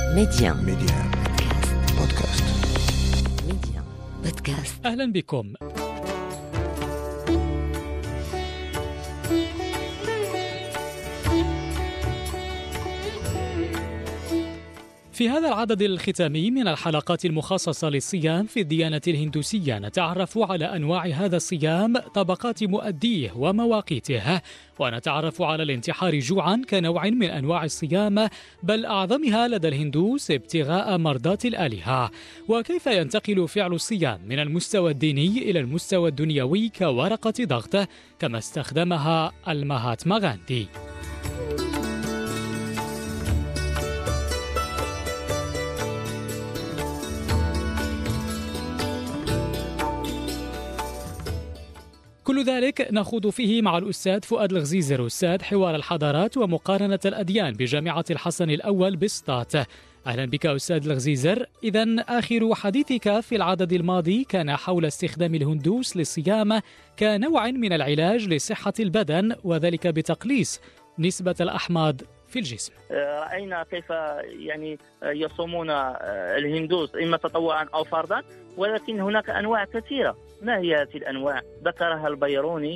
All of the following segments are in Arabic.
ميديان بودكاست. ميديان بودكاست. أهلا بكم. في هذا العدد الختامي من الحلقات المخصصة للصيام في الديانة الهندوسية نتعرف على أنواع هذا الصيام، طبقات مؤديه ومواقيته، ونتعرف على الانتحار جوعا كنوع من أنواع الصيام، بل أعظمها لدى الهندوس ابتغاء مرضات الآلهة، وكيف ينتقل فعل الصيام من المستوى الديني إلى المستوى الدنيوي كورقة ضغط كما استخدمها المهاتما غاندي. كل ذلك نخوض فيه مع الأستاذ فؤاد الغزيزر، أستاذ حوار الحضارات ومقارنة الأديان بجامعة الحسن الأول بسطات. أهلا بك أستاذ الغزيزر. إذن آخر حديثك في العدد الماضي كان حول استخدام الهندوس للصيام كنوع من العلاج لصحة البدن، وذلك بتقليص نسبة الأحماض في الجسم. رأينا كيف يصومون الهندوس إما تطوعا أو فرضا، ولكن هناك أنواع كثيرة. ما هي هذه الأنواع؟ ذكرها البيروني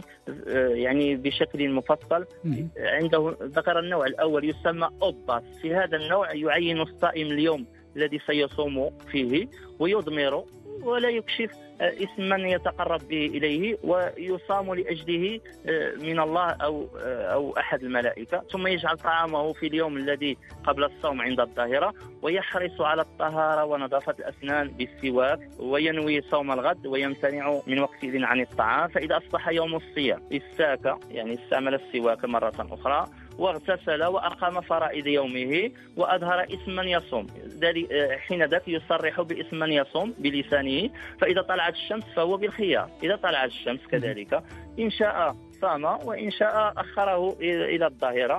بشكل مفصل. عنده ذكر النوع الأول يسمى أوباس. في هذا النوع يعين الصائم اليوم الذي سيصوم فيه ويضمر ولا يكشف اسم من يتقرب به إليه ويصام لأجله من الله أو أحد الملائكة، ثم يجعل طعامه في اليوم الذي قبل الصوم عند الظهيرة، ويحرص على الطهارة ونظافة الأسنان بالسواك، وينوي صوم الغد ويمتنع من وقتئذ عن الطعام. فإذا أصبح يوم الصيام استاك، استعمل السواك مرة أخرى، واغتسل وأقام فرائض يومه وأظهر اسم من يصوم. حين ذاك يصرح باسم من يصوم بلسانه. فإذا طلعت الشمس فهو بالخيار. إذا طلعت الشمس كذلك إن شاء صام وإن شاء أخره إلى الظهيرة.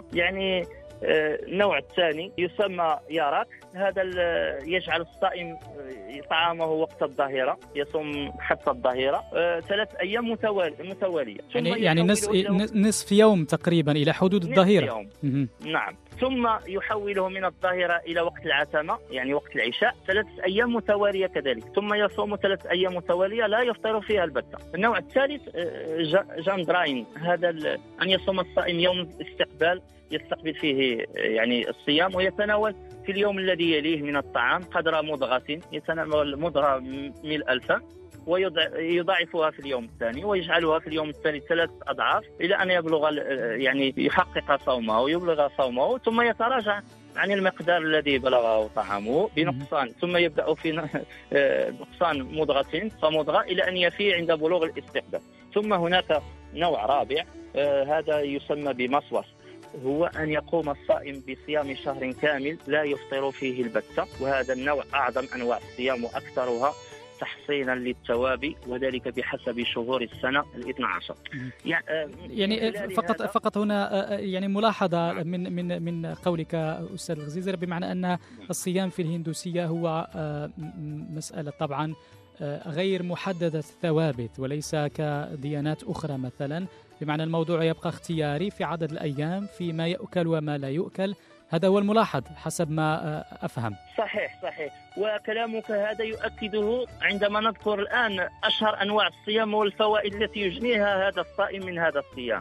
النوع الثاني يسمى ياراك. هذا يجعل الصائم طعامه وقت الظهيرة، يصوم حتى الظهيرة 3 أيام متوالية. يعني نصف يوم تقريبا إلى حدود الظهيرة. نعم. ثم يحوله من الظهيرة إلى وقت العتمة، وقت العشاء، 3 أيام متوالية كذلك. ثم يصوم 3 أيام متوالية لا يفطر فيها البتة. النوع الثالث جاندراين. هذا أن يصوم الصائم يوم الاستقبال، يستقبل فيه الصيام، ويتناول في اليوم الذي يليه من الطعام قدر مضغة، يتناول مضغة ملء الفم ويضاعفها في اليوم الثاني ويجعلها في اليوم الثاني 3 أضعاف إلى أن يبلغ يحقق صومه ويبلغ صومه، ثم يتراجع عن المقدار الذي بلغه طعامه بنقصان، ثم يبدأ في نقصان مضغة فمضغة إلى أن يفي عند بلوغ الاستقبال. ثم هناك نوع رابع، هذا يسمى بمصوص، هو أن يقوم الصائم بصيام شهر كامل لا يفطر فيه البتة. وهذا النوع أعظم أنواع الصيام وأكثرها تحصينا للثواب، وذلك بحسب شهور السنة 12. فقط هنا ملاحظة من قولك أستاذ الغزيزر، بمعنى أن الصيام في الهندوسية هو مسألة طبعا غير محددة الثوابت، وليس كديانات أخرى مثلا، بمعنى الموضوع يبقى اختياري في عدد الأيام فيما يؤكل وما لا يؤكل. هذا هو الملاحظ حسب ما أفهم. صحيح. وكلامك هذا يؤكده عندما نذكر الآن أشهر أنواع الصيام والفوائد التي يجنيها هذا الصائم من هذا الصيام.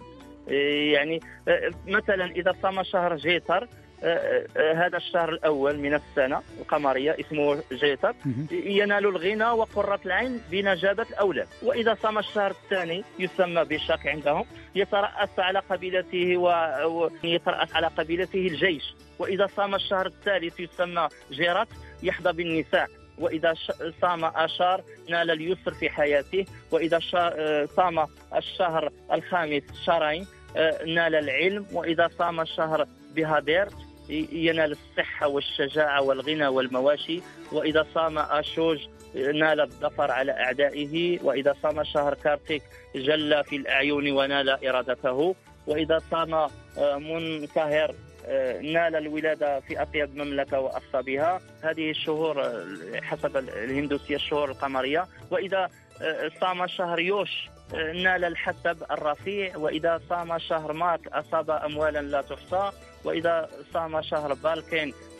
مثلا إذا صام شهر جيتر، هذا الشهر الأول من السنة القمرية اسمه جيتر، ينال الغنى وقرة العين بنجابة الأولاد. وإذا صام الشهر الثاني يسمى بشاك عندهم، يترأس على قبيلته ويترأس على قبيلته الجيش. وإذا صام الشهر الثالث يسمى جيرات، يحظى بالنساء. وإذا صام أشار نال اليسر في حياته. وإذا صام الشهر الخامس شهرين نال العلم. وإذا صام الشهر بهادير ينال الصحة والشجاعة والغنى والمواشي. وإذا صام أشوج نال الظفر على أعدائه. وإذا صام شهر كارتيك جل في الأعين ونال إرادته. وإذا صام منكهر نال الولادة في أطيب مملكة وأخصى بها. هذه الشهور حسب الهندوسية الشهور القمرية. وإذا صام شهر يوش نال الحسب الرفيع. وإذا صام شهر مات أصاب أموالا لا تحصى. وإذا صام شهر بالكين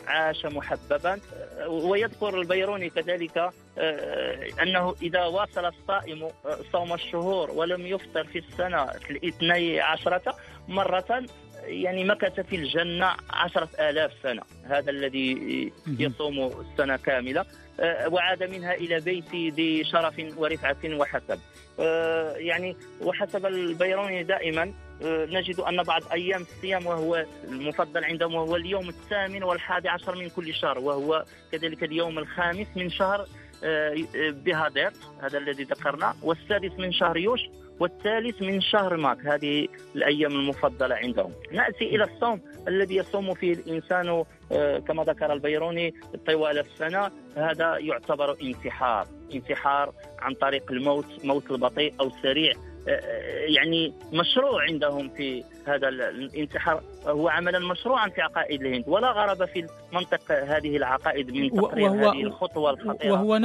عاش محببا. ويذكر البيروني كذلك أنه إذا واصل الصائم صوم الشهور ولم يفطر في السنة 12 مرة يعني مكث في الجنة 10,000 سنة. هذا الذي يصوم السنة كاملة وعاد منها إلى بيتي بشرف ورفعة وحسب. يعني وحسب البيروني دائما نجد أن بعض أيام الصيام وهو المفضل عندهم وهو اليوم 8 و11 من كل شهر، وهو كذلك اليوم 5 من شهر بهادر، هذا الذي ذكرنا، والسادس من شهر يوش، والثالث من شهر ماك. هذه الأيام المفضلة عندهم. نأتي إلى الصوم الذي يصوم فيه الإنسان كما ذكر البيروني طوال السنة. هذا يعتبر انتحار عن طريق الموت، موت البطيء أو السريع. يعني مشروع عندهم في هذا الانتحار، هو عملا مشروعا في عقائد الهند، ولا غرابة في منطق هذه العقائد من تقرير هذه الخطوة الخطيرة. وهو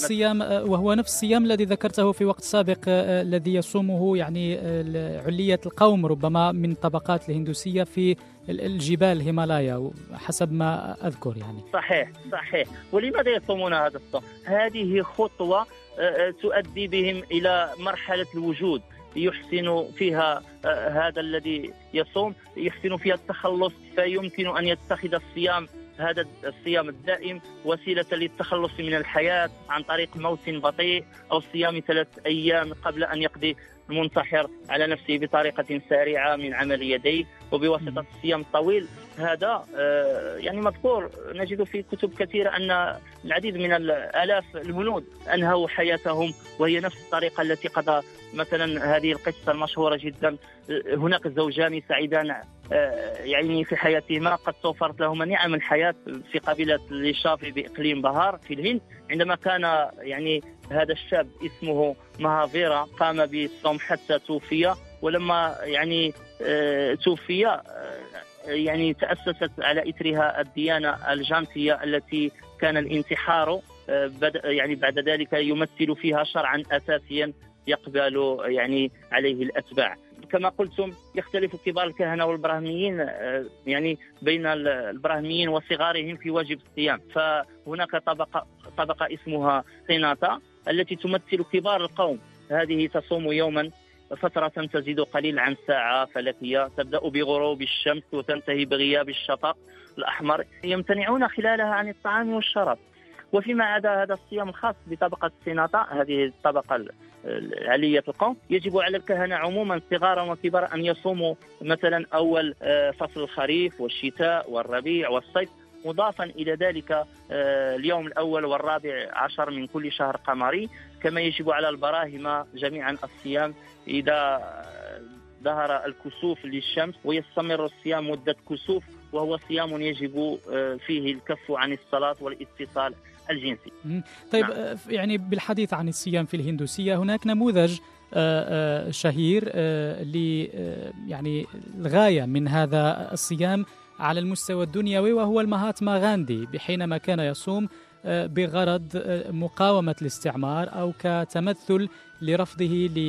نفس الصيام الذي ذكرته في وقت سابق الذي يصومه يعني علية القوم ربما من طبقات الهندوسية في الجبال الهيمالايا حسب ما أذكر يعني. صحيح. ولماذا يصومون هذا الصوم؟ هذه خطوة تؤدي بهم إلى مرحلة الوجود، يحسن فيها هذا الذي يصوم يحسن فيها التخلص، فيمكن أن يتخذ الصيام، هذا الصيام الدائم، وسيلة للتخلص من الحياة عن طريق موت بطيء أو صيام 3 أيام قبل أن يقضي المنتحر على نفسه بطريقة سريعة من عمل يديه وبواسطة الصيام الطويل. هذا يعني مذكور، نجد في كتب كثيرة أن العديد من الآلاف الهنود أنهوا حياتهم وهي نفس الطريقة التي قضى مثلا هذه القصة المشهورة جدا. هناك زوجان سعيدان يعني في حياتهما، قد توفرت لهما نعم الحياة في قبيلة ليشافي بإقليم بهار في الهند. عندما كان يعني هذا الشاب اسمه مهافيرا قام بالصوم حتى توفي، ولما يعني توفي يعني تأسست على إثرها الديانة الجانتية التي كان الانتحار يعني بعد ذلك يمثل فيها شرعا أساسيا يقبل يعني عليه الأتباع. كما قلتم يختلف كبار الكهنة والبراهميين يعني بين البراهميين وصغارهم في واجب الصيام. فهناك طبقة اسمها سيناتا التي تمثل كبار القوم، هذه تصوم يوما فترة تزيد قليل عن ساعة فلكية، تبدأ بغروب الشمس وتنتهي بغياب الشفق الأحمر، يمتنعون خلالها عن الطعام والشراب. وفيما عدا هذا الصيام الخاص بطبقة السيناتا، هذه الطبقة علية القوم، يجب على الكهنة عموما صغارا وكبارا أن يصوموا مثلا أول فصل الخريف والشتاء والربيع والصيف، مضافا إلى ذلك اليوم الأول والرابع عشر من كل شهر قمري. كما يجب على البراهمة جميعا الصيام إذا ظهر الكسوف للشمس، ويستمر الصيام مدة كسوف، وهو صيام يجب فيه الكف عن الصلاة والاتصال الجنسي. طيب نعم. يعني بالحديث عن الصيام في الهندوسية هناك نموذج شهير يعني الغاية من هذا الصيام على المستوى الدنيوي، وهو المهاتما غاندي، بحينما كان يصوم بغرض مقاومة الاستعمار أو كتمثل لرفضه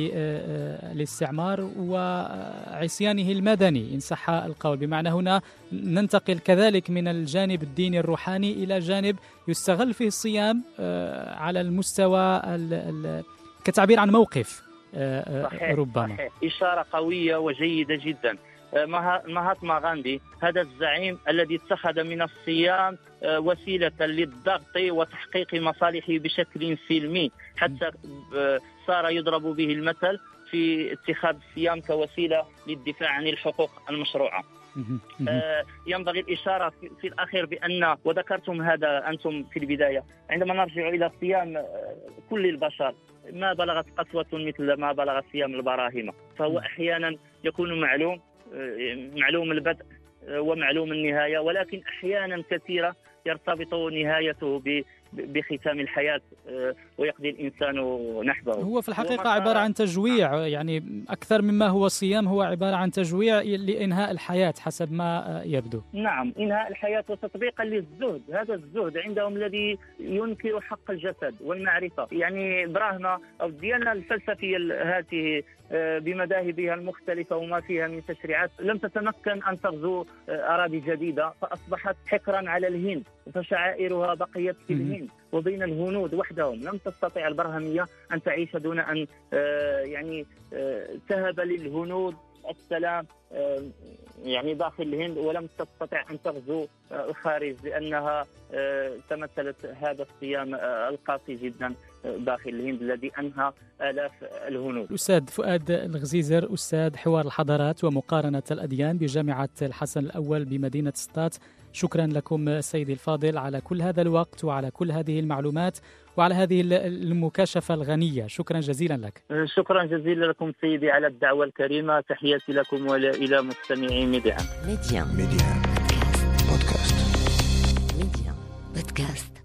للاستعمار وعصيانه المدني إن صح القول. بمعنى هنا ننتقل كذلك من الجانب الديني الروحاني إلى جانب يستغل فيه الصيام على المستوى كتعبير عن موقف. صحيح. ربما صحيح. إشارة قوية وجيدة جدا. مهاتما غاندي هذا الزعيم الذي اتخذ من الصيام وسيلة للضغط وتحقيق مصالحه بشكل سلمي، حتى صار يضرب به المثل في اتخاذ الصيام كوسيلة للدفاع عن الحقوق المشروعة. ينبغي الإشارة في الأخير بأن، وذكرتم هذا أنتم في البداية، عندما نرجع إلى الصيام كل البشر ما بلغت قسوة مثل ما بلغ صيام البراهمة، فهو أحيانا يكون معلوم البدء ومعلوم النهاية، ولكن أحيانا كثيرة يرتبط نهايته بختام الحياة ويقضي الإنسان نحبه. هو في الحقيقة عبارة عن تجويع، يعني أكثر مما هو صيام، هو عبارة عن تجويع لإنهاء الحياة حسب ما يبدو. نعم، إنهاء الحياة وتطبيقا للزهد. هذا الزهد عندهم الذي ينكر حق الجسد والمعرفة. يعني براهما أو الديانة الفلسفية هذه بمذاهبها المختلفة وما فيها من تشريعات لم تتمكن أن تغزو أراضي جديدة، فأصبحت حكرا على الهند، فشعائرها بقيت في الهند وبين الهنود وحدهم. لم تستطيع البرهمية أن تعيش دون أن تهب للهنود السلام يعني داخل الهند، ولم تستطع أن تغزو الخارج لأنها تمثلت هذا الصيام القاسي جدا داخل الهند الذي أنهى آلاف الهنود. الأستاذ فؤاد الغزيزر، أستاذ حوار الحضارات ومقارنة الأديان بجامعة الحسن الأول بمدينة سطات، شكرا لكم سيدي الفاضل على كل هذا الوقت وعلى كل هذه المعلومات وعلى هذه المكاشفة الغنية. شكرا جزيلا لك. شكرا جزيلا لكم سيدي على الدعوة الكريمة. تحياتي لكم وإلى مستمعي ميديان بودكاست. ميديان بودكاست.